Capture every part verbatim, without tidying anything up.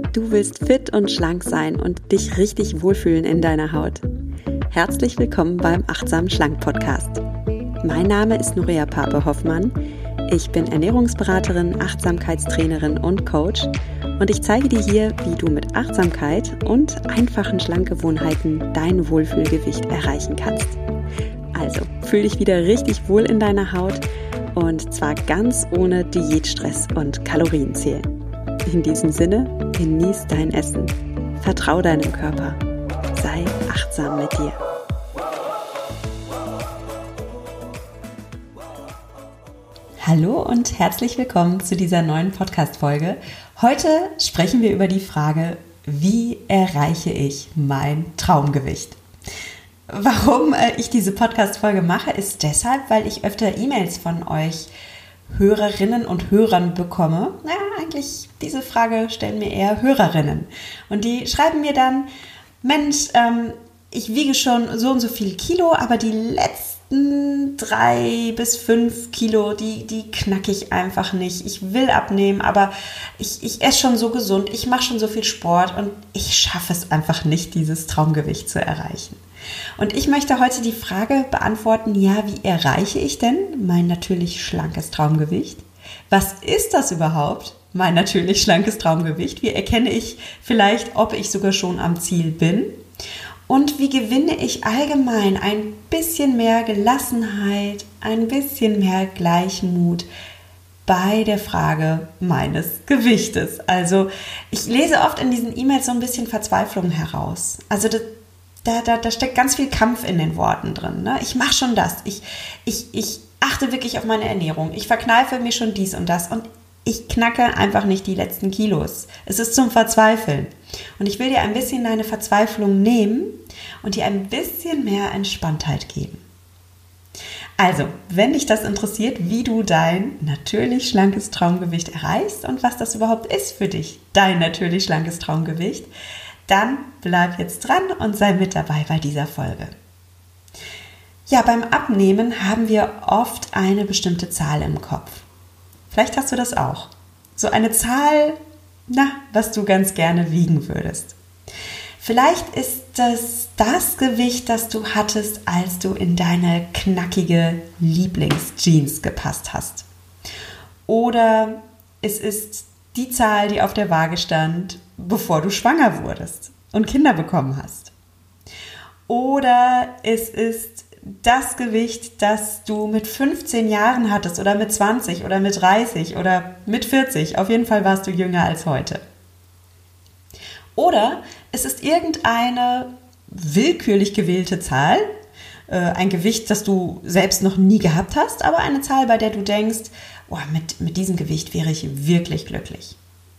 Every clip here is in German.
Du willst fit und schlank sein und dich richtig wohlfühlen in deiner Haut. Herzlich willkommen beim Achtsam Schlank Podcast. Mein Name ist Nuria Pape-Hoffmann. Ich bin Ernährungsberaterin, Achtsamkeitstrainerin und Coach und ich zeige dir hier, wie du mit Achtsamkeit und einfachen Schlankgewohnheiten dein Wohlfühlgewicht erreichen kannst. Also, fühl dich wieder richtig wohl in deiner Haut und zwar ganz ohne Diätstress und Kalorienzählen. In diesem Sinne, genieß dein Essen, vertrau deinem Körper, sei achtsam mit dir. Hallo und herzlich willkommen zu dieser neuen Podcast-Folge. Heute sprechen wir über die Frage, wie erreiche ich mein Traumgewicht? Warum ich diese Podcast-Folge mache, ist deshalb, weil ich öfter E-Mails von euch Hörerinnen und Hörern bekomme. Na, eigentlich diese Frage stellen mir eher Hörerinnen. Und die schreiben mir dann, Mensch, ähm, ich wiege schon so und so viel Kilo, aber die letzten drei bis fünf Kilo, die, die knacke ich einfach nicht. Ich will abnehmen, aber ich, ich esse schon so gesund, ich mache schon so viel Sport und ich schaffe es einfach nicht, dieses Traumgewicht zu erreichen. Und ich möchte heute die Frage beantworten, ja, wie erreiche ich denn mein natürlich schlankes Traumgewicht? Was ist das überhaupt, mein natürlich schlankes Traumgewicht? Wie erkenne ich vielleicht, ob ich sogar schon am Ziel bin? Und wie gewinne ich allgemein ein bisschen mehr Gelassenheit, ein bisschen mehr Gleichmut bei der Frage meines Gewichtes? Also ich lese oft in diesen E-Mails so ein bisschen Verzweiflung heraus. Also das Da, da, da steckt ganz viel Kampf in den Worten drin. Ne? Ich mache schon das. Ich, ich, ich achte wirklich auf meine Ernährung. Ich verkneife mir schon dies und das. Und ich knacke einfach nicht die letzten Kilos. Es ist zum Verzweifeln. Und ich will dir ein bisschen deine Verzweiflung nehmen und dir ein bisschen mehr Entspanntheit geben. Also, wenn dich das interessiert, wie du dein natürlich schlankes Traumgewicht erreichst und was das überhaupt ist für dich, dein natürlich schlankes Traumgewicht, dann bleib jetzt dran und sei mit dabei bei dieser Folge. Ja, beim Abnehmen haben wir oft eine bestimmte Zahl im Kopf. Vielleicht hast du das auch. So eine Zahl, na, was du ganz gerne wiegen würdest. Vielleicht ist das das Gewicht, das du hattest, als du in deine knackige Lieblingsjeans gepasst hast. Oder es ist die Zahl, die auf der Waage stand, bevor du schwanger wurdest und Kinder bekommen hast. Oder es ist das Gewicht, das du mit fünfzehn Jahren hattest oder mit zwanzig oder mit dreißig oder mit vierzig. Auf jeden Fall warst du jünger als heute. Oder es ist irgendeine willkürlich gewählte Zahl, äh, ein Gewicht, das du selbst noch nie gehabt hast, aber eine Zahl, bei der du denkst, oh, mit, mit diesem Gewicht wäre ich wirklich glücklich.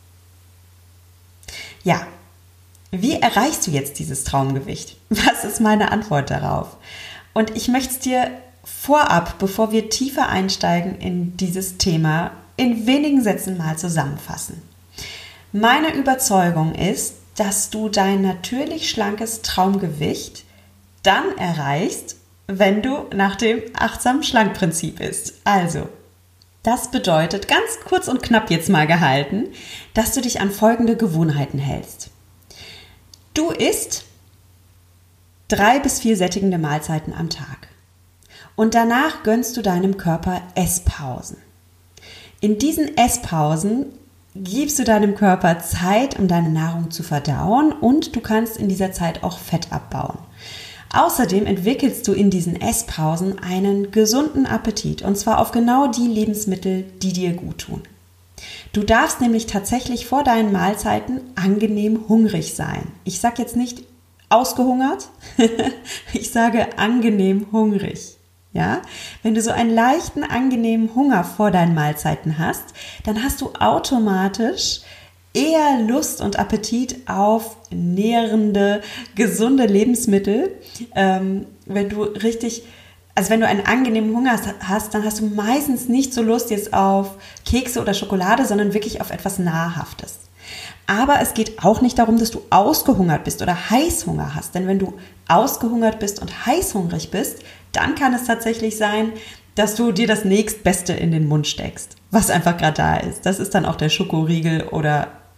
Ja, wie erreichst du jetzt dieses Traumgewicht? Was ist meine Antwort darauf? Und ich möchte es dir vorab, bevor wir tiefer einsteigen in dieses Thema, in wenigen Sätzen mal zusammenfassen. Meine Überzeugung ist, dass du dein natürlich schlankes Traumgewicht dann erreichst, wenn du nach dem Achtsam-Schlank-Prinzip isst. Also, das bedeutet, ganz kurz und knapp jetzt mal gehalten, dass du dich an folgende Gewohnheiten hältst. Du isst drei bis vier sättigende Mahlzeiten am Tag und danach gönnst du deinem Körper Esspausen. In diesen Esspausen gibst du deinem Körper Zeit, um deine Nahrung zu verdauen und du kannst in dieser Zeit auch Fett abbauen. Außerdem entwickelst du in diesen Esspausen einen gesunden Appetit und zwar auf genau die Lebensmittel, die dir gut tun. Du darfst nämlich tatsächlich vor deinen Mahlzeiten angenehm hungrig sein. Ich sage jetzt nicht ausgehungert, ich sage angenehm hungrig. Ja? Wenn du so einen leichten, angenehmen Hunger vor deinen Mahlzeiten hast, dann hast du automatisch eher Lust und Appetit auf nährende, gesunde Lebensmittel. Ähm, wenn du richtig, also wenn du einen angenehmen Hunger hast, dann hast du meistens nicht so Lust jetzt auf Kekse oder Schokolade, sondern wirklich auf etwas Nahrhaftes. Aber es geht auch nicht darum, dass du ausgehungert bist oder Heißhunger hast. Denn wenn du ausgehungert bist und heißhungrig bist, dann kann es tatsächlich sein, dass du dir das nächstbeste in den Mund steckst, was einfach gerade da ist. Das ist dann auch der Schokoriegel oder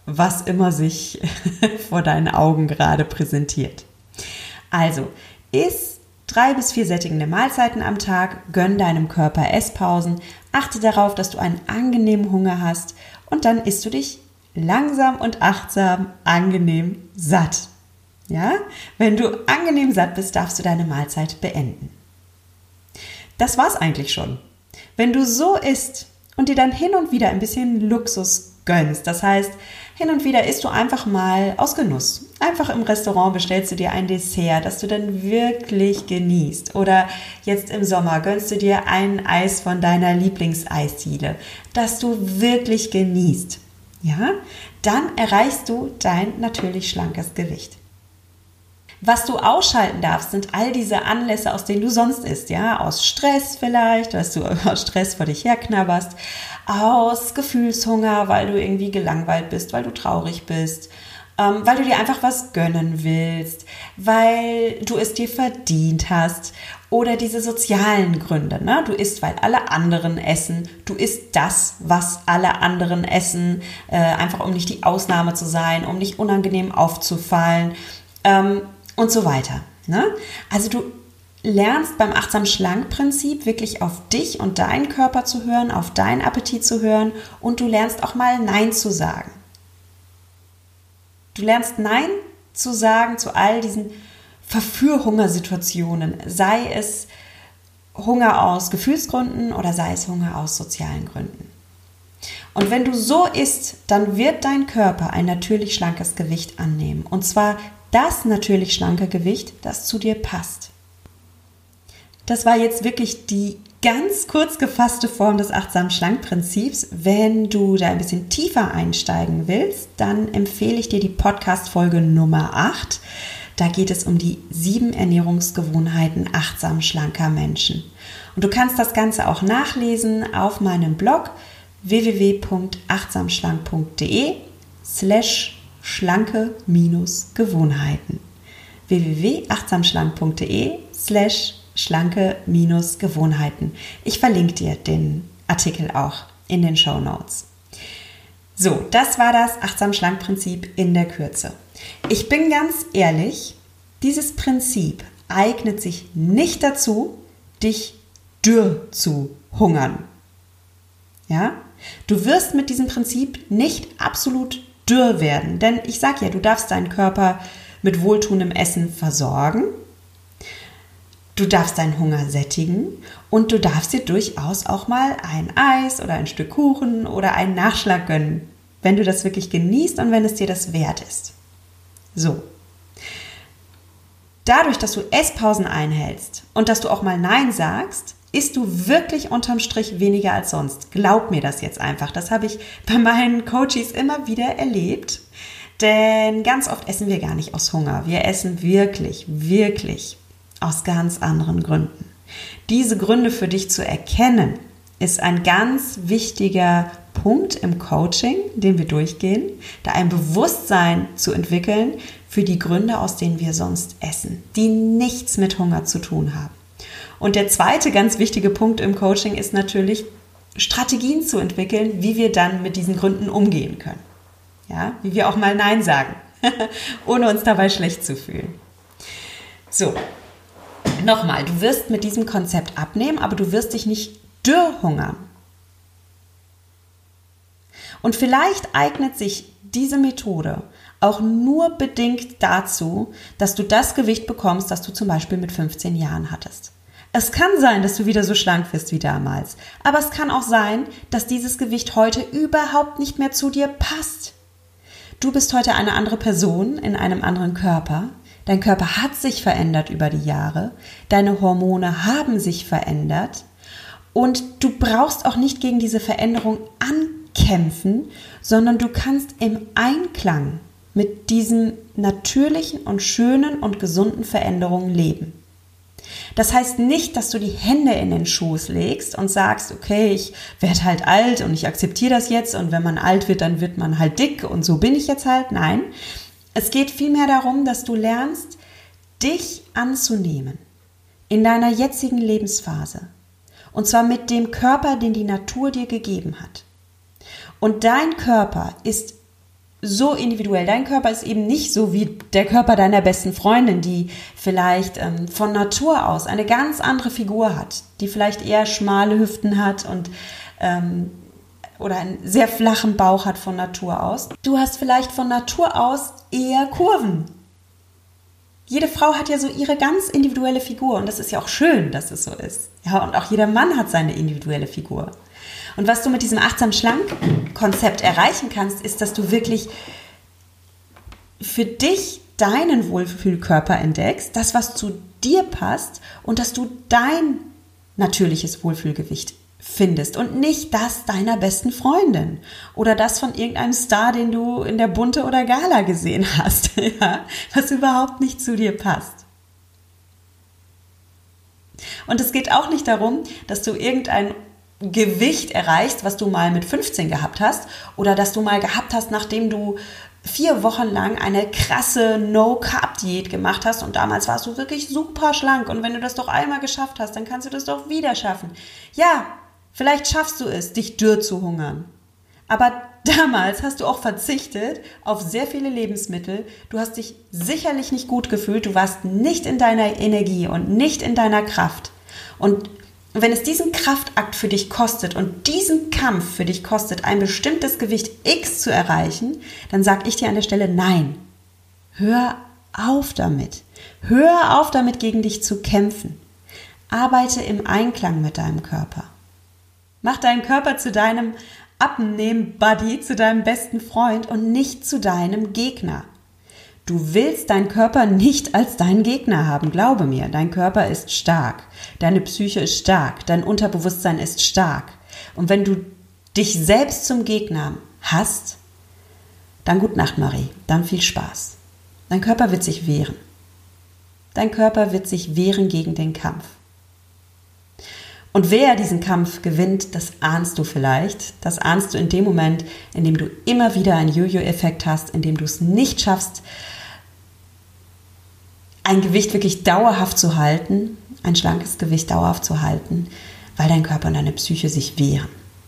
was immer sich vor deinen Augen gerade präsentiert. Also, iss drei bis vier sättigende Mahlzeiten am Tag, gönn deinem Körper Esspausen, achte darauf, dass du einen angenehmen Hunger hast und dann isst du dich langsam und achtsam angenehm satt. Ja? Wenn du angenehm satt bist, darfst du deine Mahlzeit beenden. Das war's eigentlich schon. Wenn du so isst und dir dann hin und wieder ein bisschen Luxus gönnst, das heißt, hin und wieder isst du einfach mal aus Genuss. Einfach im Restaurant bestellst du dir ein Dessert, das du dann wirklich genießt. Oder jetzt im Sommer gönnst du dir ein Eis von deiner Lieblingseisdiele, das du wirklich genießt. Ja? Dann erreichst du dein natürlich schlankes Gewicht. Was du ausschalten darfst, sind all diese Anlässe, aus denen du sonst isst, ja, aus Stress vielleicht, dass du aus Stress vor dich herknabberst, aus Gefühlshunger, weil du irgendwie gelangweilt bist, weil du traurig bist, ähm, weil du dir einfach was gönnen willst, weil du es dir verdient hast oder diese sozialen Gründe, ne? Du isst, weil alle anderen essen, du isst das, was alle anderen essen, äh, einfach um nicht die Ausnahme zu sein, um nicht unangenehm aufzufallen, ähm, und so weiter. Ne? Also du lernst beim Achtsam-Schlank-Prinzip wirklich auf dich und deinen Körper zu hören, auf deinen Appetit zu hören und du lernst auch mal Nein zu sagen. Du lernst Nein zu sagen zu all diesen Verführhungersituationen, sei es Hunger aus Gefühlsgründen oder sei es Hunger aus sozialen Gründen. Und wenn du so isst, dann wird dein Körper ein natürlich schlankes Gewicht annehmen. Und zwar das natürlich schlanke Gewicht, das zu dir passt. Das war jetzt wirklich die ganz kurz gefasste Form des Achtsam-Schlank-Prinzips. Wenn du da ein bisschen tiefer einsteigen willst, dann empfehle ich dir die Podcast-Folge Nummer acht. Da geht es um die sieben Ernährungsgewohnheiten achtsam schlanker Menschen. Und du kannst das Ganze auch nachlesen auf meinem Blog w w w punkt achtsamschlank punkt de slash schlanke Gewohnheiten. w w w punkt achtsamschlank punkt de slash schlanke Gewohnheiten. Ich verlinke dir den Artikel auch in den Shownotes. So, das war das Achtsam-Schlank-Prinzip in der Kürze. Ich bin ganz ehrlich, dieses Prinzip eignet sich nicht dazu, dich dürr zu hungern. Ja? Du wirst mit diesem Prinzip nicht absolut dürr werden, denn ich sage ja, du darfst deinen Körper mit wohltuendem Essen versorgen, du darfst deinen Hunger sättigen und du darfst dir durchaus auch mal ein Eis oder ein Stück Kuchen oder einen Nachschlag gönnen, wenn du das wirklich genießt und wenn es dir das wert ist. So. Dadurch, dass du Esspausen einhältst und dass du auch mal Nein sagst, isst du wirklich unterm Strich weniger als sonst. Glaub mir das jetzt einfach. Das habe ich bei meinen Coaches immer wieder erlebt. Denn ganz oft essen wir gar nicht aus Hunger. Wir essen wirklich, wirklich aus ganz anderen Gründen. Diese Gründe für dich zu erkennen, ist ein ganz wichtiger Punkt im Coaching, den wir durchgehen, da ein Bewusstsein zu entwickeln für die Gründe, aus denen wir sonst essen, die nichts mit Hunger zu tun haben. Und der zweite ganz wichtige Punkt im Coaching ist natürlich, Strategien zu entwickeln, wie wir dann mit diesen Gründen umgehen können. Ja, wie wir auch mal Nein sagen, ohne uns dabei schlecht zu fühlen. So, nochmal, du wirst mit diesem Konzept abnehmen, aber du wirst dich nicht dürr hungern. Und vielleicht eignet sich diese Methode auch nur bedingt dazu, dass du das Gewicht bekommst, das du zum Beispiel mit fünfzehn Jahren hattest. Es kann sein, dass du wieder so schlank wirst wie damals, aber es kann auch sein, dass dieses Gewicht heute überhaupt nicht mehr zu dir passt. Du bist heute eine andere Person in einem anderen Körper. Dein Körper hat sich verändert über die Jahre. Deine Hormone haben sich verändert. Und du brauchst auch nicht gegen diese Veränderung ankämpfen, sondern du kannst im Einklang mit diesen natürlichen und schönen und gesunden Veränderungen leben. Das heißt nicht, dass du die Hände in den Schoß legst und sagst, okay, ich werde halt alt und ich akzeptiere das jetzt und wenn man alt wird, dann wird man halt dick und so bin ich jetzt halt. Nein, es geht vielmehr darum, dass du lernst, dich anzunehmen in deiner jetzigen Lebensphase und zwar mit dem Körper, den die Natur dir gegeben hat. Und dein Körper ist so individuell. Dein Körper ist eben nicht so wie der Körper deiner besten Freundin, die vielleicht ähm, von Natur aus eine ganz andere Figur hat, die vielleicht eher schmale Hüften hat und ähm, oder einen sehr flachen Bauch hat von Natur aus. Du hast vielleicht von Natur aus eher Kurven. Jede Frau hat ja so ihre ganz individuelle Figur und das ist ja auch schön, dass es so ist. Ja, und auch jeder Mann hat seine individuelle Figur. Und was du mit diesem Achtsam-Schlank-Konzept erreichen kannst, ist, dass du wirklich für dich deinen Wohlfühlkörper entdeckst, das, was zu dir passt und dass du dein natürliches Wohlfühlgewicht findest und nicht das deiner besten Freundin oder das von irgendeinem Star, den du in der Bunte oder Gala gesehen hast, ja, was überhaupt nicht zu dir passt. Und es geht auch nicht darum, dass du irgendein Gewicht erreichst, was du mal mit fünfzehn gehabt hast oder dass du mal gehabt hast, nachdem du vier Wochen lang eine krasse No-Carb-Diät gemacht hast und damals warst du wirklich super schlank und wenn du das doch einmal geschafft hast, dann kannst du das doch wieder schaffen. Ja, vielleicht schaffst du es, dich dürr zu hungern. Aber damals hast du auch verzichtet auf sehr viele Lebensmittel. Du hast dich sicherlich nicht gut gefühlt. Du warst nicht in deiner Energie und nicht in deiner Kraft. Und wenn es diesen Kraftakt für dich kostet und diesen Kampf für dich kostet, ein bestimmtes Gewicht X zu erreichen, dann sage ich dir an der Stelle nein. Hör auf damit. Hör auf damit, gegen dich zu kämpfen. Arbeite im Einklang mit deinem Körper. Mach deinen Körper zu deinem Abnehmen-Buddy, zu deinem besten Freund und nicht zu deinem Gegner. Du willst deinen Körper nicht als deinen Gegner haben, glaube mir. Dein Körper ist stark, deine Psyche ist stark, dein Unterbewusstsein ist stark. Und wenn du dich selbst zum Gegner hast, dann gute Nacht, Marie, dann viel Spaß. Dein Körper wird sich wehren. Dein Körper wird sich wehren gegen den Kampf. Und wer diesen Kampf gewinnt, das ahnst du vielleicht. Das ahnst du in dem Moment, in dem du immer wieder einen Jojo-Effekt hast, in dem du es nicht schaffst, ein Gewicht wirklich dauerhaft zu halten, ein schlankes Gewicht dauerhaft zu halten, weil dein Körper und deine Psyche sich wehren.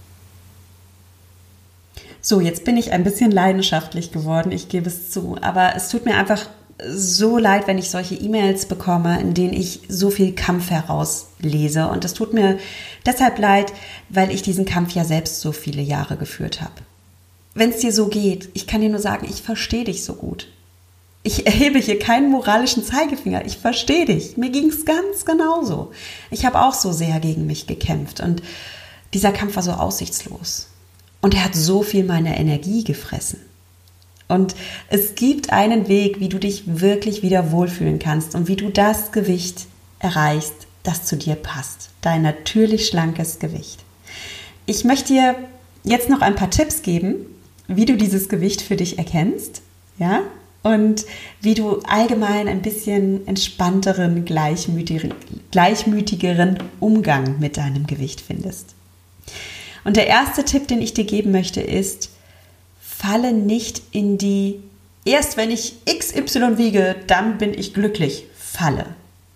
So, jetzt bin ich ein bisschen leidenschaftlich geworden, ich gebe es zu, aber es tut mir einfach so leid, wenn ich solche E-Mails bekomme, in denen ich so viel Kampf herauslese. Und das tut mir deshalb leid, weil ich diesen Kampf ja selbst so viele Jahre geführt habe. Wenn es dir so geht, ich kann dir nur sagen, ich verstehe dich so gut. Ich erhebe hier keinen moralischen Zeigefinger. Ich verstehe dich. Mir ging es ganz genauso. Ich habe auch so sehr gegen mich gekämpft. Und dieser Kampf war so aussichtslos. Und er hat so viel meiner Energie gefressen. Und es gibt einen Weg, wie du dich wirklich wieder wohlfühlen kannst und wie du das Gewicht erreichst, das zu dir passt. Dein natürlich schlankes Gewicht. Ich möchte dir jetzt noch ein paar Tipps geben, wie du dieses Gewicht für dich erkennst, ja, und wie du allgemein ein bisschen entspannteren, gleichmütigeren, gleichmütigeren Umgang mit deinem Gewicht findest. Und der erste Tipp, den ich dir geben möchte, ist: Falle nicht in die erst wenn ich X Y wiege, dann bin ich glücklich Falle.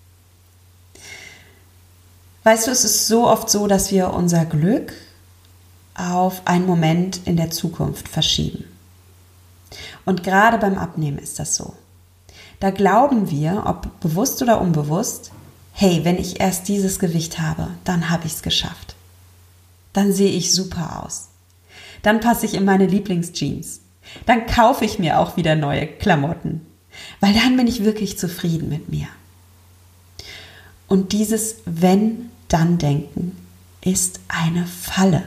Weißt du, es ist so oft so, dass wir unser Glück auf einen Moment in der Zukunft verschieben. Und gerade beim Abnehmen ist das so. Da glauben wir, ob bewusst oder unbewusst, hey, wenn ich erst dieses Gewicht habe, dann habe ich es geschafft. Dann sehe ich super aus. Dann passe ich in meine Lieblingsjeans. Dann kaufe ich mir auch wieder neue Klamotten. Weil dann bin ich wirklich zufrieden mit mir. Und dieses Wenn-Dann-Denken ist eine Falle.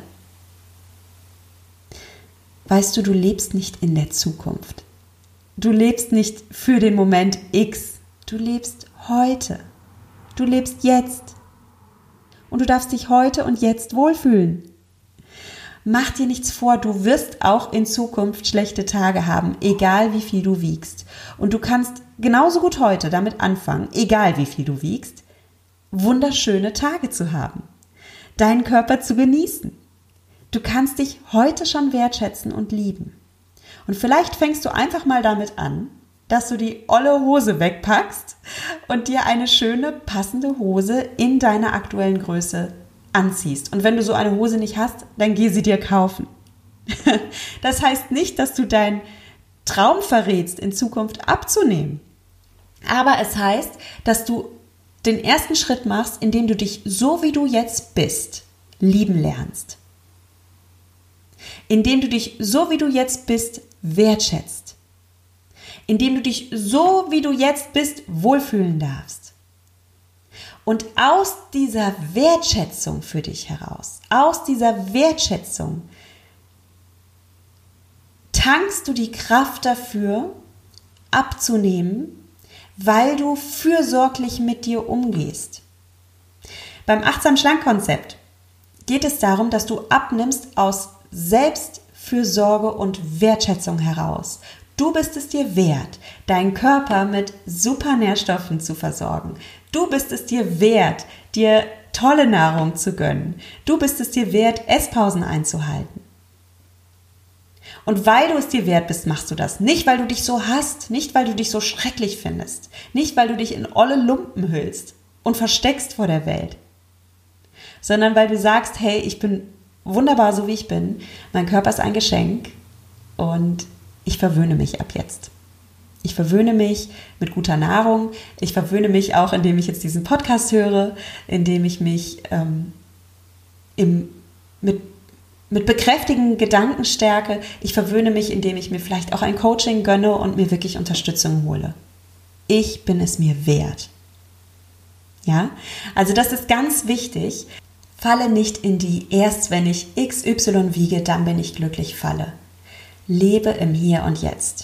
Weißt du, du lebst nicht in der Zukunft. Du lebst nicht für den Moment X. Du lebst heute. Du lebst jetzt. Und du darfst dich heute und jetzt wohlfühlen. Mach dir nichts vor, du wirst auch in Zukunft schlechte Tage haben, egal wie viel du wiegst. Und du kannst genauso gut heute damit anfangen, egal wie viel du wiegst, wunderschöne Tage zu haben, deinen Körper zu genießen. Du kannst dich heute schon wertschätzen und lieben. Und vielleicht fängst du einfach mal damit an, dass du die olle Hose wegpackst und dir eine schöne, passende Hose in deiner aktuellen Größe anziehst. Und wenn du so eine Hose nicht hast, dann geh sie dir kaufen. Das heißt nicht, dass du dein Traum verrätst, in Zukunft abzunehmen. Aber es heißt, dass du den ersten Schritt machst, indem du dich so wie du jetzt bist, lieben lernst. Indem du dich so wie du jetzt bist, wertschätzt. Indem du dich so wie du jetzt bist, wohlfühlen darfst. Und aus dieser Wertschätzung für dich heraus, aus dieser Wertschätzung tankst du die Kraft dafür, abzunehmen, weil du fürsorglich mit dir umgehst. Beim Achtsam-Schlank-Konzept geht es darum, dass du abnimmst aus Selbstfürsorge und Wertschätzung heraus. Du bist es dir wert, deinen Körper mit super Nährstoffen zu versorgen. Du bist es dir wert, dir tolle Nahrung zu gönnen. Du bist es dir wert, Esspausen einzuhalten. Und weil du es dir wert bist, machst du das. Nicht, weil du dich so hasst, nicht, weil du dich so schrecklich findest, nicht, weil du dich in olle Lumpen hüllst und versteckst vor der Welt, sondern weil du sagst, hey, ich bin wunderbar, so wie ich bin, mein Körper ist ein Geschenk und ich verwöhne mich ab jetzt. Ich verwöhne mich mit guter Nahrung, ich verwöhne mich auch, indem ich jetzt diesen Podcast höre, indem ich mich ähm, im, mit Mit bekräftigenden Gedanken stärke. Ich verwöhne mich, indem ich mir vielleicht auch ein Coaching gönne und mir wirklich Unterstützung hole. Ich bin es mir wert. Ja, also das ist ganz wichtig. Falle nicht in die erst wenn ich X Y wiege, dann bin ich glücklich Falle. Lebe im Hier und Jetzt.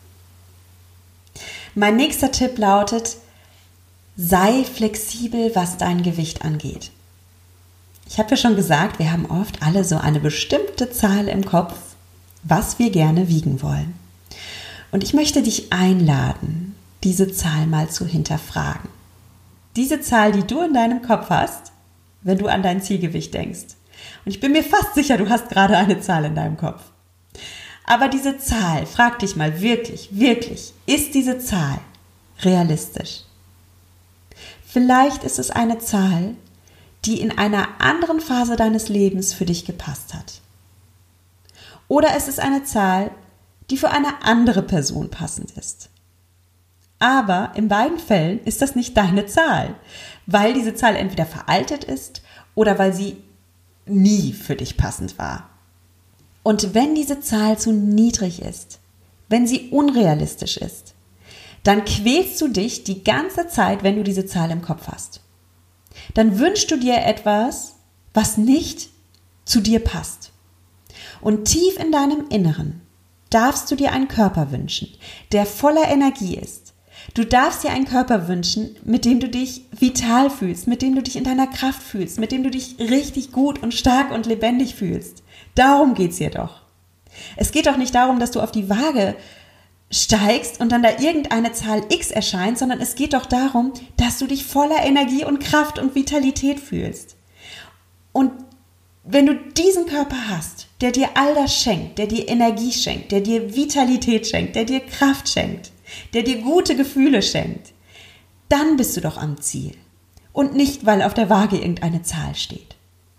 Mein nächster Tipp lautet, sei flexibel, was dein Gewicht angeht. Ich habe ja schon gesagt, wir haben oft alle so eine bestimmte Zahl im Kopf, was wir gerne wiegen wollen. Und ich möchte dich einladen, diese Zahl mal zu hinterfragen. Diese Zahl, die du in deinem Kopf hast, wenn du an dein Zielgewicht denkst. Und ich bin mir fast sicher, du hast gerade eine Zahl in deinem Kopf. Aber diese Zahl, frag dich mal wirklich, wirklich, ist diese Zahl realistisch? Vielleicht ist es eine Zahl, die in einer anderen Phase deines Lebens für dich gepasst hat. Oder es ist eine Zahl, die für eine andere Person passend ist. Aber in beiden Fällen ist das nicht deine Zahl, weil diese Zahl entweder veraltet ist oder weil sie nie für dich passend war. Und wenn diese Zahl zu niedrig ist, wenn sie unrealistisch ist, dann quälst du dich die ganze Zeit, wenn du diese Zahl im Kopf hast. Dann wünschst du dir etwas, was nicht zu dir passt. Und tief in deinem Inneren darfst du dir einen Körper wünschen, der voller Energie ist. Du darfst dir einen Körper wünschen, mit dem du dich vital fühlst, mit dem du dich in deiner Kraft fühlst, mit dem du dich richtig gut und stark und lebendig fühlst. Darum geht's hier doch. Es geht doch nicht darum, dass du auf die Waage steigst und dann da irgendeine Zahl X erscheint, sondern es geht doch darum, dass du dich voller Energie und Kraft und Vitalität fühlst. Und wenn du diesen Körper hast, der dir all das schenkt, der dir Energie schenkt, der dir Vitalität schenkt, der dir Kraft schenkt, der dir gute Gefühle schenkt, dann bist du doch am Ziel. Und nicht, weil auf der Waage irgendeine Zahl steht.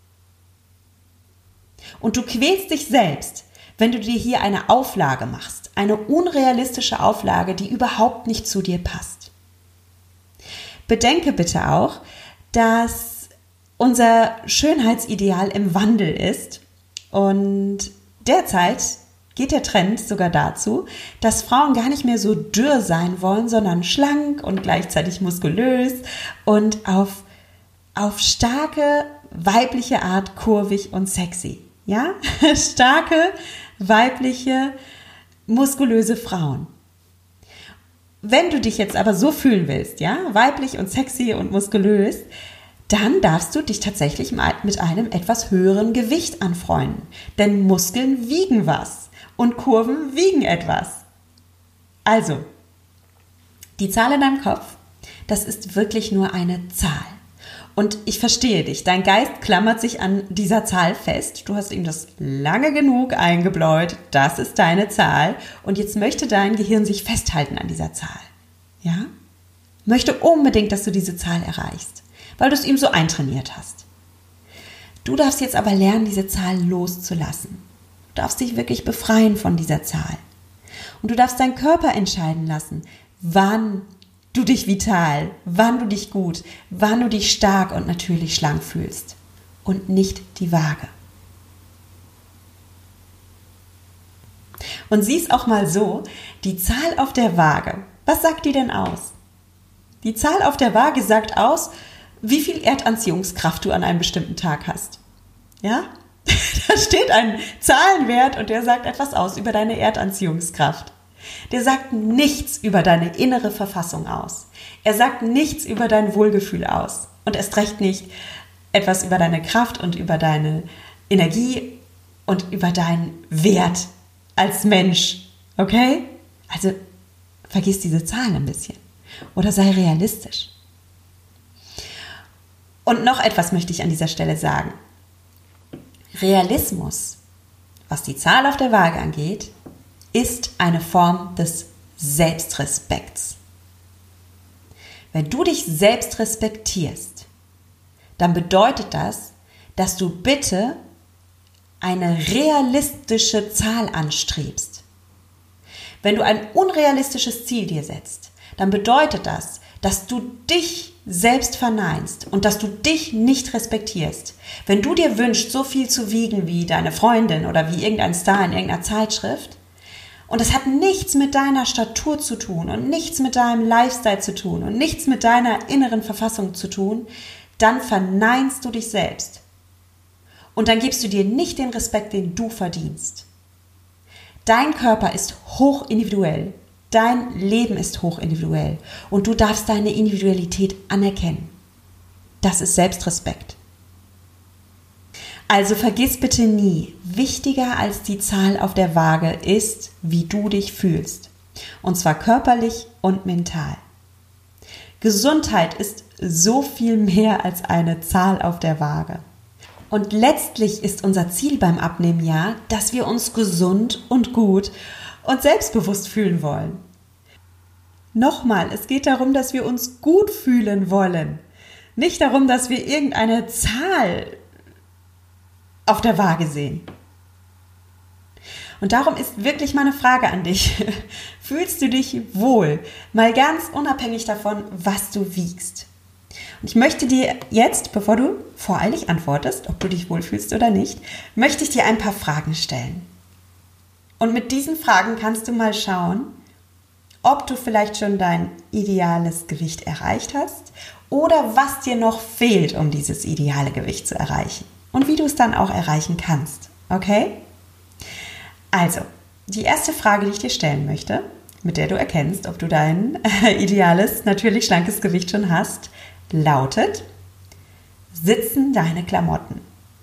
Und du quälst dich selbst, wenn du dir hier eine Auflage machst, eine unrealistische Auflage, die überhaupt nicht zu dir passt. Bedenke bitte auch, dass unser Schönheitsideal im Wandel ist und derzeit geht der Trend sogar dazu, dass Frauen gar nicht mehr so dürr sein wollen, sondern schlank und gleichzeitig muskulös und auf, auf starke weibliche Art kurvig und sexy. Ja, starke weibliche muskulöse Frauen. Wenn du dich jetzt aber so fühlen willst, ja, weiblich und sexy und muskulös, dann darfst du dich tatsächlich mit einem etwas höheren Gewicht anfreunden. Denn Muskeln wiegen was und Kurven wiegen etwas. Also, die Zahl in deinem Kopf, das ist wirklich nur eine Zahl. Und ich verstehe dich, dein Geist klammert sich an dieser Zahl fest. Du hast ihm das lange genug eingebläut, das ist deine Zahl. Und jetzt möchte dein Gehirn sich festhalten an dieser Zahl. Ja? Möchte unbedingt, dass du diese Zahl erreichst, weil du es ihm so eintrainiert hast. Du darfst jetzt aber lernen, diese Zahl loszulassen. Du darfst dich wirklich befreien von dieser Zahl. Und du darfst deinen Körper entscheiden lassen, wann du dich vital, wann du dich gut, wann du dich stark und natürlich schlank fühlst. Und nicht die Waage. Und sieh es auch mal so, die Zahl auf der Waage, was sagt die denn aus? Die Zahl auf der Waage sagt aus, wie viel Erdanziehungskraft du an einem bestimmten Tag hast. Ja? Da steht ein Zahlenwert und der sagt etwas aus über deine Erdanziehungskraft. Der sagt nichts über deine innere Verfassung aus. Er sagt nichts über dein Wohlgefühl aus. Und erst recht nicht etwas über deine Kraft und über deine Energie und über deinen Wert als Mensch. Okay? Also vergiss diese Zahlen ein bisschen. Oder sei realistisch. Und noch etwas möchte ich an dieser Stelle sagen. Realismus, was die Zahl auf der Waage angeht, ist eine Form des Selbstrespekts. Wenn du dich selbst respektierst, dann bedeutet das, dass du bitte eine realistische Zahl anstrebst. Wenn du ein unrealistisches Ziel dir setzt, dann bedeutet das, dass du dich selbst verneinst und dass du dich nicht respektierst. Wenn du dir wünschst, so viel zu wiegen wie deine Freundin oder wie irgendein Star in irgendeiner Zeitschrift, und das hat nichts mit deiner Statur zu tun und nichts mit deinem Lifestyle zu tun und nichts mit deiner inneren Verfassung zu tun, dann verneinst du dich selbst. Und dann gibst du dir nicht den Respekt, den du verdienst. Dein Körper ist hochindividuell. Dein Leben ist hochindividuell. Und du darfst deine Individualität anerkennen. Das ist Selbstrespekt. Also vergiss bitte nie, wichtiger als die Zahl auf der Waage ist, wie du dich fühlst. Und zwar körperlich und mental. Gesundheit ist so viel mehr als eine Zahl auf der Waage. Und letztlich ist unser Ziel beim Abnehmen ja, dass wir uns gesund und gut und selbstbewusst fühlen wollen. Nochmal, es geht darum, dass wir uns gut fühlen wollen. Nicht darum, dass wir irgendeine Zahl auf der Waage sehen. Und darum ist wirklich meine Frage an dich. Fühlst du dich wohl? Mal ganz unabhängig davon, was du wiegst. Und ich möchte dir jetzt, bevor du voreilig antwortest, ob du dich wohlfühlst oder nicht, möchte ich dir ein paar Fragen stellen. Und mit diesen Fragen kannst du mal schauen, ob du vielleicht schon dein ideales Gewicht erreicht hast oder was dir noch fehlt, um dieses ideale Gewicht zu erreichen. Und wie du es dann auch erreichen kannst. Okay? Also, die erste Frage, die ich dir stellen möchte, mit der du erkennst, ob du dein äh, ideales, natürlich schlankes Gewicht schon hast, lautet: Sitzen deine Klamotten?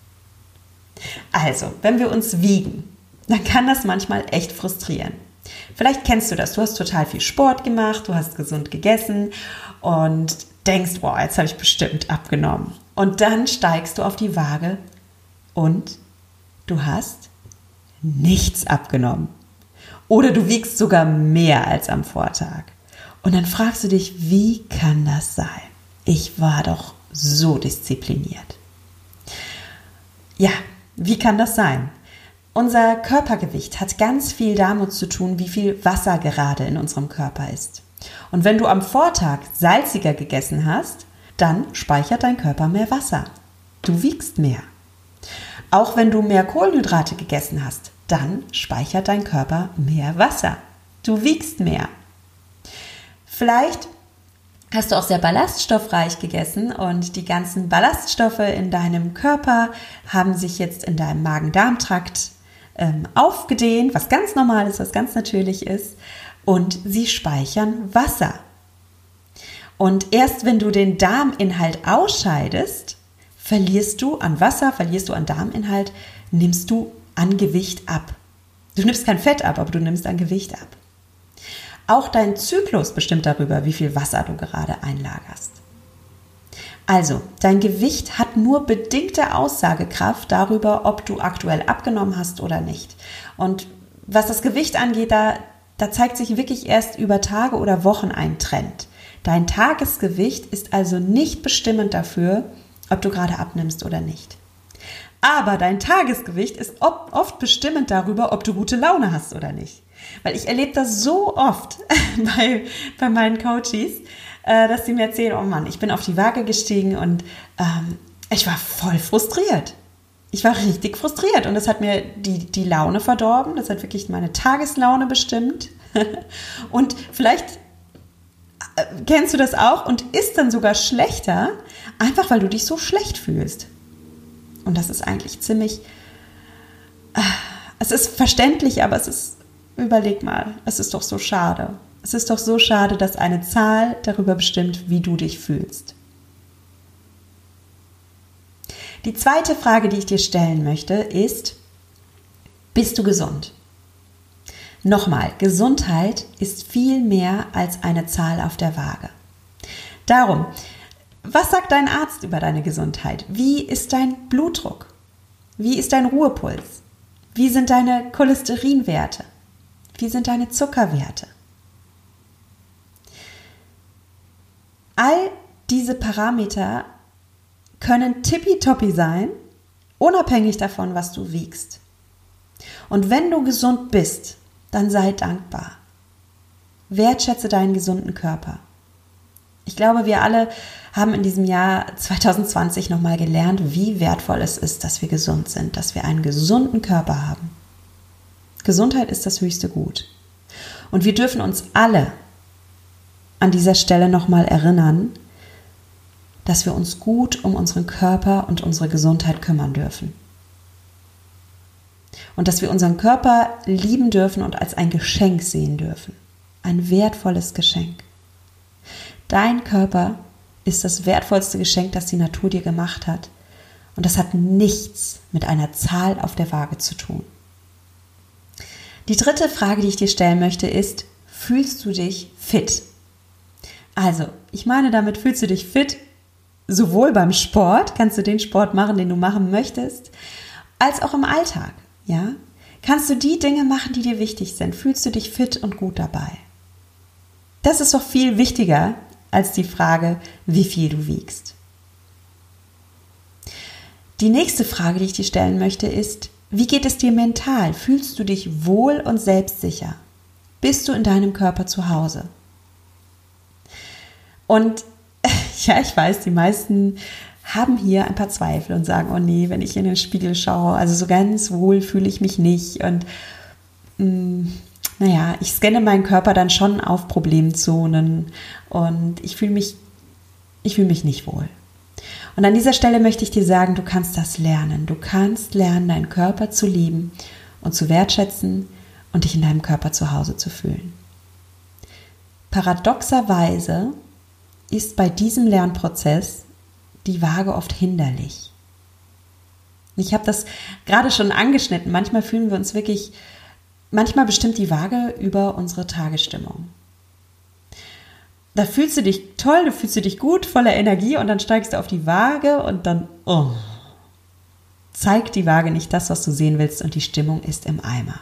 Also, wenn wir uns wiegen, dann kann das manchmal echt frustrieren. Vielleicht kennst du das, du hast total viel Sport gemacht, du hast gesund gegessen und denkst, wow, jetzt habe ich bestimmt abgenommen. Und dann steigst du auf die Waage und du hast nichts abgenommen. Oder du wiegst sogar mehr als am Vortag. Und dann fragst du dich, wie kann das sein? Ich war doch so diszipliniert. Ja, wie kann das sein? Unser Körpergewicht hat ganz viel damit zu tun, wie viel Wasser gerade in unserem Körper ist. Und wenn du am Vortag salziger gegessen hast, dann speichert dein Körper mehr Wasser. Du wiegst mehr. Auch wenn du mehr Kohlenhydrate gegessen hast, dann speichert dein Körper mehr Wasser. Du wiegst mehr. Vielleicht hast du auch sehr ballaststoffreich gegessen und die ganzen Ballaststoffe in deinem Körper haben sich jetzt in deinem Magen-Darm-Trakt ähm, aufgedehnt, was ganz normal ist, was ganz natürlich ist, und sie speichern Wasser. Und erst wenn du den Darminhalt ausscheidest, verlierst du an Wasser, verlierst du an Darminhalt, nimmst du an Gewicht ab. Du nimmst kein Fett ab, aber du nimmst an Gewicht ab. Auch dein Zyklus bestimmt darüber, wie viel Wasser du gerade einlagerst. Also, dein Gewicht hat nur bedingte Aussagekraft darüber, ob du aktuell abgenommen hast oder nicht. Und was das Gewicht angeht, da, da zeigt sich wirklich erst über Tage oder Wochen ein Trend. Dein Tagesgewicht ist also nicht bestimmend dafür, ob du gerade abnimmst oder nicht. Aber dein Tagesgewicht ist oft bestimmend darüber, ob du gute Laune hast oder nicht. Weil ich erlebe das so oft bei, bei meinen Coaches, äh, dass sie mir erzählen, oh Mann, ich bin auf die Waage gestiegen und ähm, ich war voll frustriert. Ich war richtig frustriert und das hat mir die, die Laune verdorben. Das hat wirklich meine Tageslaune bestimmt. Und vielleicht äh, kennst du das auch und ist dann sogar schlechter, einfach weil du dich so schlecht fühlst. Und das ist eigentlich ziemlich, äh, es ist verständlich, aber es ist, überleg mal, es ist doch so schade. Es ist doch so schade, dass eine Zahl darüber bestimmt, wie du dich fühlst. Die zweite Frage, die ich dir stellen möchte, ist, bist du gesund? Nochmal, Gesundheit ist viel mehr als eine Zahl auf der Waage. Darum, was sagt dein Arzt über deine Gesundheit? Wie ist dein Blutdruck? Wie ist dein Ruhepuls? Wie sind deine Cholesterinwerte? Wie sind deine Zuckerwerte? All diese Parameter können tippitoppi sein, unabhängig davon, was du wiegst. Und wenn du gesund bist, dann sei dankbar. Wertschätze deinen gesunden Körper. Ich glaube, wir alle haben in diesem Jahr zwanzig zwanzig nochmal gelernt, wie wertvoll es ist, dass wir gesund sind, dass wir einen gesunden Körper haben. Gesundheit ist das höchste Gut. Und wir dürfen uns alle an dieser Stelle nochmal erinnern, dass wir uns gut um unseren Körper und unsere Gesundheit kümmern dürfen. Und dass wir unseren Körper lieben dürfen und als ein Geschenk sehen dürfen. Ein wertvolles Geschenk. Dein Körper ist das wertvollste Geschenk, das die Natur dir gemacht hat. Und das hat nichts mit einer Zahl auf der Waage zu tun. Die dritte Frage, die ich dir stellen möchte, ist, fühlst du dich fit? Also, ich meine damit, fühlst du dich fit? Sowohl beim Sport, kannst du den Sport machen, den du machen möchtest, als auch im Alltag, ja? Kannst du die Dinge machen, die dir wichtig sind? Fühlst du dich fit und gut dabei? Das ist doch viel wichtiger als die Frage, wie viel du wiegst. Die nächste Frage, die ich dir stellen möchte, ist, wie geht es dir mental? Fühlst du dich wohl und selbstsicher? Bist du in deinem Körper zu Hause? Und ja, ich weiß, die meisten haben hier ein paar Zweifel und sagen, oh nee, wenn ich in den Spiegel schaue, also so ganz wohl fühle ich mich nicht. Und mh, naja, ich scanne meinen Körper dann schon auf Problemzonen und ich fühle mich, ich fühle mich nicht wohl. Und an dieser Stelle möchte ich dir sagen, du kannst das lernen. Du kannst lernen, deinen Körper zu lieben und zu wertschätzen und dich in deinem Körper zu Hause zu fühlen. Paradoxerweise ist bei diesem Lernprozess die Waage oft hinderlich. Ich habe das gerade schon angeschnitten. Manchmal fühlen wir uns wirklich, manchmal bestimmt die Waage über unsere Tagesstimmung. Da fühlst du dich toll, du fühlst dich gut, voller Energie und dann steigst du auf die Waage und dann oh, zeigt die Waage nicht das, was du sehen willst und die Stimmung ist im Eimer.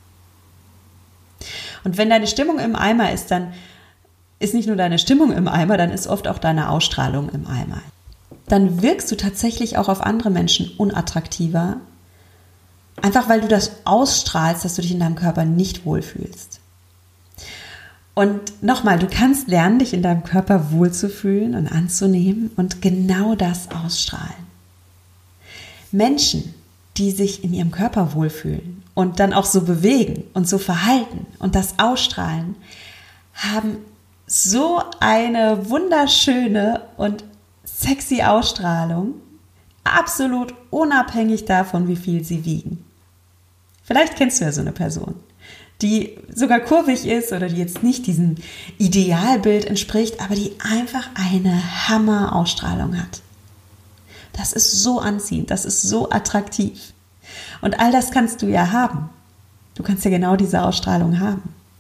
Und wenn deine Stimmung im Eimer ist, dann ist nicht nur deine Stimmung im Eimer, dann ist oft auch deine Ausstrahlung im Eimer. Dann wirkst du tatsächlich auch auf andere Menschen unattraktiver, einfach weil du das ausstrahlst, dass du dich in deinem Körper nicht wohlfühlst. Und nochmal, du kannst lernen, dich in deinem Körper wohlzufühlen und anzunehmen und genau das ausstrahlen. Menschen, die sich in ihrem Körper wohlfühlen und dann auch so bewegen und so verhalten und das ausstrahlen, haben so eine wunderschöne und sexy Ausstrahlung, absolut unabhängig davon, wie viel sie wiegen. Vielleicht kennst du ja so eine Person, die sogar kurvig ist oder die jetzt nicht diesem Idealbild entspricht, aber die einfach eine Hammer-Ausstrahlung hat. Das ist so anziehend, das ist so attraktiv. Und all das kannst du ja haben. Du kannst ja genau diese Ausstrahlung haben.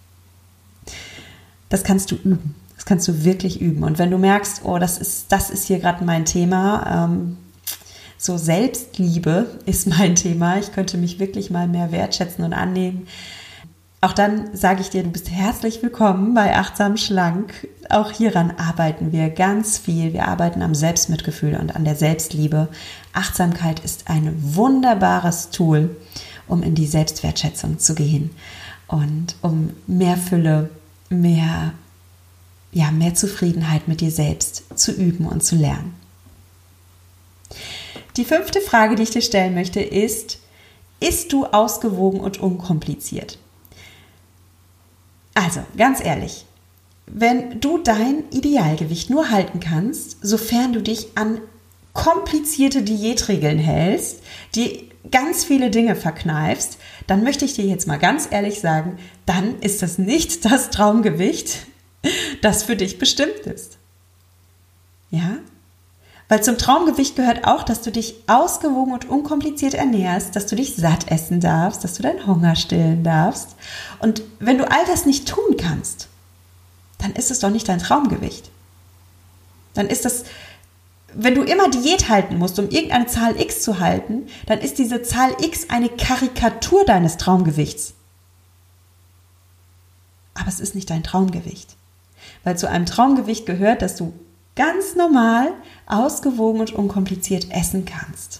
Das kannst du üben. Das kannst du wirklich üben. Und wenn du merkst, oh, das ist, das ist hier gerade mein Thema, ähm, so Selbstliebe ist mein Thema, ich könnte mich wirklich mal mehr wertschätzen und annehmen, auch dann sage ich dir, du bist herzlich willkommen bei Achtsam Schlank. Auch hieran arbeiten wir ganz viel. Wir arbeiten am Selbstmitgefühl und an der Selbstliebe. Achtsamkeit ist ein wunderbares Tool, um in die Selbstwertschätzung zu gehen und um mehr Fülle, mehr, ja, mehr Zufriedenheit mit dir selbst zu üben und zu lernen. Die fünfte Frage, die ich dir stellen möchte, ist, bist du ausgewogen und unkompliziert? Also, ganz ehrlich, wenn du dein Idealgewicht nur halten kannst, sofern du dich an komplizierte Diätregeln hältst, die ganz viele Dinge verkneifst, dann möchte ich dir jetzt mal ganz ehrlich sagen, dann ist das nicht das Traumgewicht, das für dich bestimmt ist. Ja? Weil zum Traumgewicht gehört auch, dass du dich ausgewogen und unkompliziert ernährst, dass du dich satt essen darfst, dass du deinen Hunger stillen darfst. Und wenn du all das nicht tun kannst, dann ist es doch nicht dein Traumgewicht. Dann ist das, wenn du immer Diät halten musst, um irgendeine Zahl X zu halten, dann ist diese Zahl X eine Karikatur deines Traumgewichts. Aber es ist nicht dein Traumgewicht. Weil zu einem Traumgewicht gehört, dass du ganz normal, ausgewogen und unkompliziert essen kannst.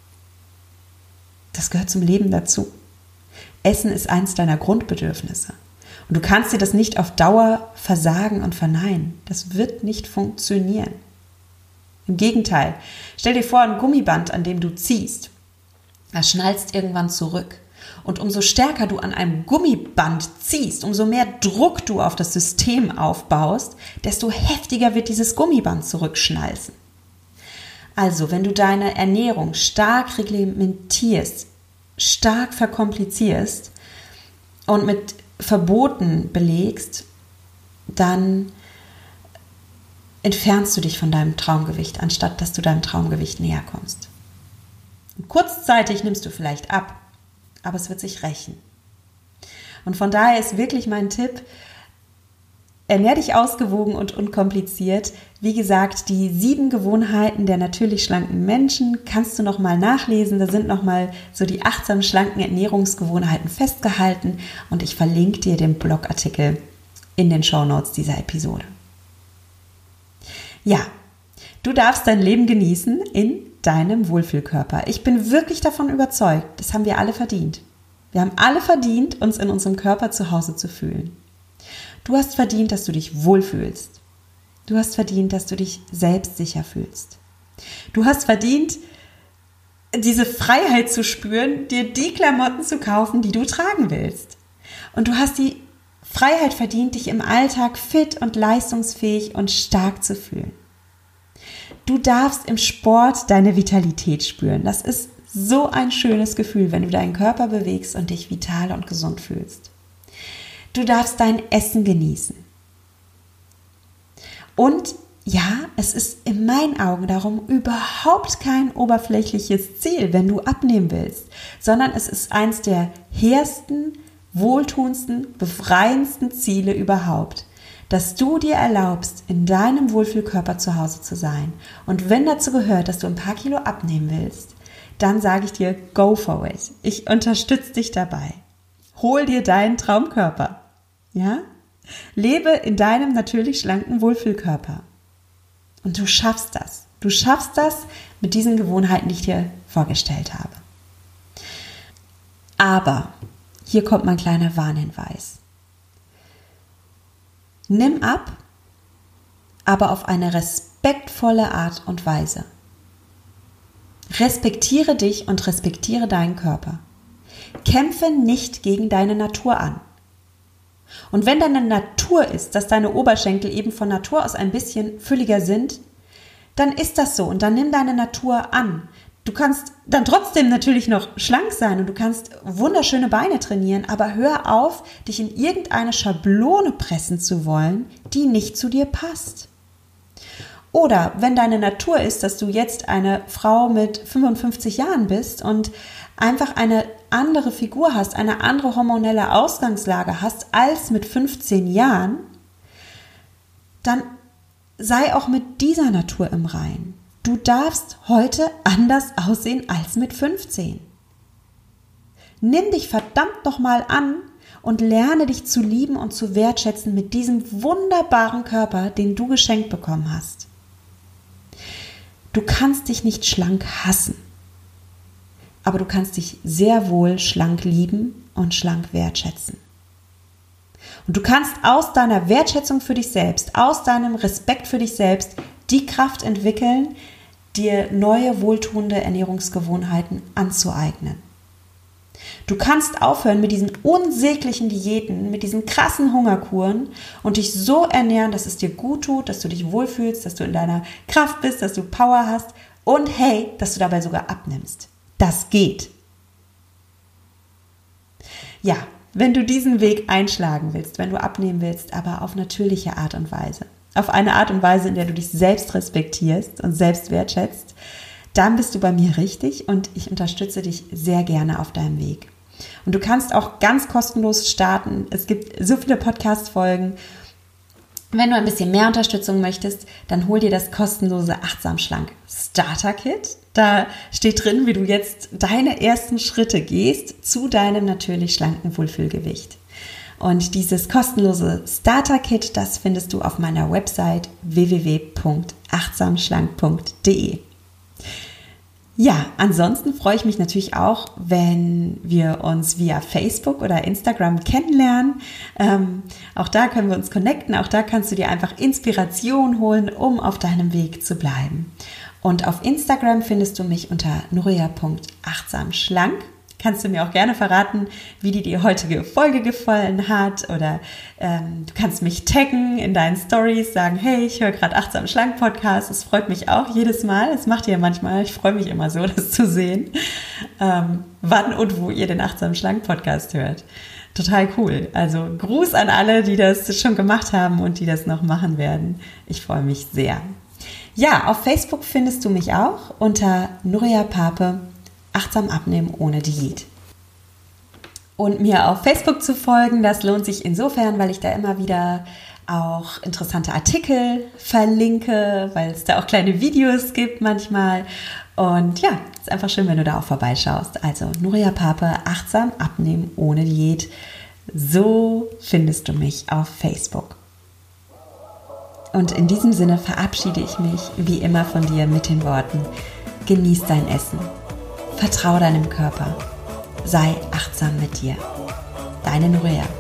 Das gehört zum Leben dazu. Essen ist eins deiner Grundbedürfnisse. Und du kannst dir das nicht auf Dauer versagen und verneinen. Das wird nicht funktionieren. Im Gegenteil, stell dir vor, ein Gummiband, an dem du ziehst, das schnallst irgendwann zurück. Und umso stärker du an einem Gummiband ziehst, umso mehr Druck du auf das System aufbaust, desto heftiger wird dieses Gummiband zurückschnalzen. Also, wenn du deine Ernährung stark reglementierst, stark verkomplizierst und mit Verboten belegst, dann entfernst du dich von deinem Traumgewicht, anstatt dass du deinem Traumgewicht näher kommst. Und kurzzeitig nimmst du vielleicht ab, aber es wird sich rächen. Und von daher ist wirklich mein Tipp, ernähr dich ausgewogen und unkompliziert. Wie gesagt, die sieben Gewohnheiten der natürlich schlanken Menschen kannst du nochmal nachlesen. Da sind nochmal so die achtsam schlanken Ernährungsgewohnheiten festgehalten und ich verlinke dir den Blogartikel in den Shownotes dieser Episode. Ja, du darfst dein Leben genießen in deinem Wohlfühlkörper. Ich bin wirklich davon überzeugt, das haben wir alle verdient. Wir haben alle verdient, uns in unserem Körper zu Hause zu fühlen. Du hast verdient, dass du dich wohlfühlst. Du hast verdient, dass du dich selbstsicher fühlst. Du hast verdient, diese Freiheit zu spüren, dir die Klamotten zu kaufen, die du tragen willst. Und du hast die Freiheit verdient, dich im Alltag fit und leistungsfähig und stark zu fühlen. Du darfst im Sport deine Vitalität spüren. Das ist so ein schönes Gefühl, wenn du deinen Körper bewegst und dich vital und gesund fühlst. Du darfst dein Essen genießen. Und ja, es ist in meinen Augen darum überhaupt kein oberflächliches Ziel, wenn du abnehmen willst, sondern es ist eins der hehrsten, wohltuendsten, befreiendsten Ziele überhaupt, dass du dir erlaubst, in deinem Wohlfühlkörper zu Hause zu sein. Und wenn dazu gehört, dass du ein paar Kilo abnehmen willst, dann sage ich dir, go for it. Ich unterstütze dich dabei. Hol dir deinen Traumkörper. Ja? Lebe in deinem natürlich schlanken Wohlfühlkörper. Und du schaffst das. Du schaffst das mit diesen Gewohnheiten, die ich dir vorgestellt habe. Aber hier kommt mein kleiner Warnhinweis. Nimm ab, aber auf eine respektvolle Art und Weise. Respektiere dich und respektiere deinen Körper. Kämpfe nicht gegen deine Natur an. Und wenn deine Natur ist, dass deine Oberschenkel eben von Natur aus ein bisschen fülliger sind, dann ist das so und dann nimm deine Natur an. Du kannst dann trotzdem natürlich noch schlank sein und du kannst wunderschöne Beine trainieren, aber hör auf, dich in irgendeine Schablone pressen zu wollen, die nicht zu dir passt. Oder wenn deine Natur ist, dass du jetzt eine Frau mit fünfundfünfzig Jahren bist und einfach eine andere Figur hast, eine andere hormonelle Ausgangslage hast als mit fünfzehn Jahren, dann sei auch mit dieser Natur im Reinen. Du darfst heute anders aussehen als mit fünfzehn. Nimm dich verdammt nochmal an und lerne dich zu lieben und zu wertschätzen mit diesem wunderbaren Körper, den du geschenkt bekommen hast. Du kannst dich nicht schlank hassen, aber du kannst dich sehr wohl schlank lieben und schlank wertschätzen. Und du kannst aus deiner Wertschätzung für dich selbst, aus deinem Respekt für dich selbst die Kraft entwickeln, dir neue wohltuende Ernährungsgewohnheiten anzueignen. Du kannst aufhören mit diesen unsäglichen Diäten, mit diesen krassen Hungerkuren und dich so ernähren, dass es dir gut tut, dass du dich wohlfühlst, dass du in deiner Kraft bist, dass du Power hast und hey, dass du dabei sogar abnimmst. Das geht. Ja, wenn du diesen Weg einschlagen willst, wenn du abnehmen willst, aber auf natürliche Art und Weise, auf eine Art und Weise, in der du dich selbst respektierst und selbst wertschätzt, dann bist du bei mir richtig und ich unterstütze dich sehr gerne auf deinem Weg. Und du kannst auch ganz kostenlos starten. Es gibt so viele Podcast-Folgen. Wenn du ein bisschen mehr Unterstützung möchtest, dann hol dir das kostenlose Achtsam Schlank Starter Kit. Da steht drin, wie du jetzt deine ersten Schritte gehst zu deinem natürlich schlanken Wohlfühlgewicht. Und dieses kostenlose Starter Kit, das findest du auf meiner Website w w w punkt achtsamschlank punkt d e. Ja, ansonsten freue ich mich natürlich auch, wenn wir uns via Facebook oder Instagram kennenlernen. Ähm, auch da können wir uns connecten, auch da kannst du dir einfach Inspiration holen, um auf deinem Weg zu bleiben. Und auf Instagram findest du mich unter nuria punkt achtsamschlank. Kannst du mir auch gerne verraten, wie dir die heutige Folge gefallen hat oder ähm, du kannst mich taggen in deinen Stories, sagen, hey, ich höre gerade Achtsam Schlank Podcast, es freut mich auch jedes Mal, es macht ihr manchmal, ich freue mich immer so, das zu sehen, ähm, wann und wo ihr den Achtsam Schlank Podcast hört. Total cool, also Gruß an alle, die das schon gemacht haben und die das noch machen werden, ich freue mich sehr. Ja, auf Facebook findest du mich auch unter Nuria Pape, Achtsam abnehmen ohne Diät. Und mir auf Facebook zu folgen, das lohnt sich insofern, weil ich da immer wieder auch interessante Artikel verlinke, weil es da auch kleine Videos gibt manchmal. Und ja, ist einfach schön, wenn du da auch vorbeischaust. Also Nuria Pape, Achtsam abnehmen ohne Diät. So findest du mich auf Facebook. Und in diesem Sinne verabschiede ich mich wie immer von dir mit den Worten: Genieß dein Essen. Vertrau deinem Körper. Sei achtsam mit dir. Deine Nuria.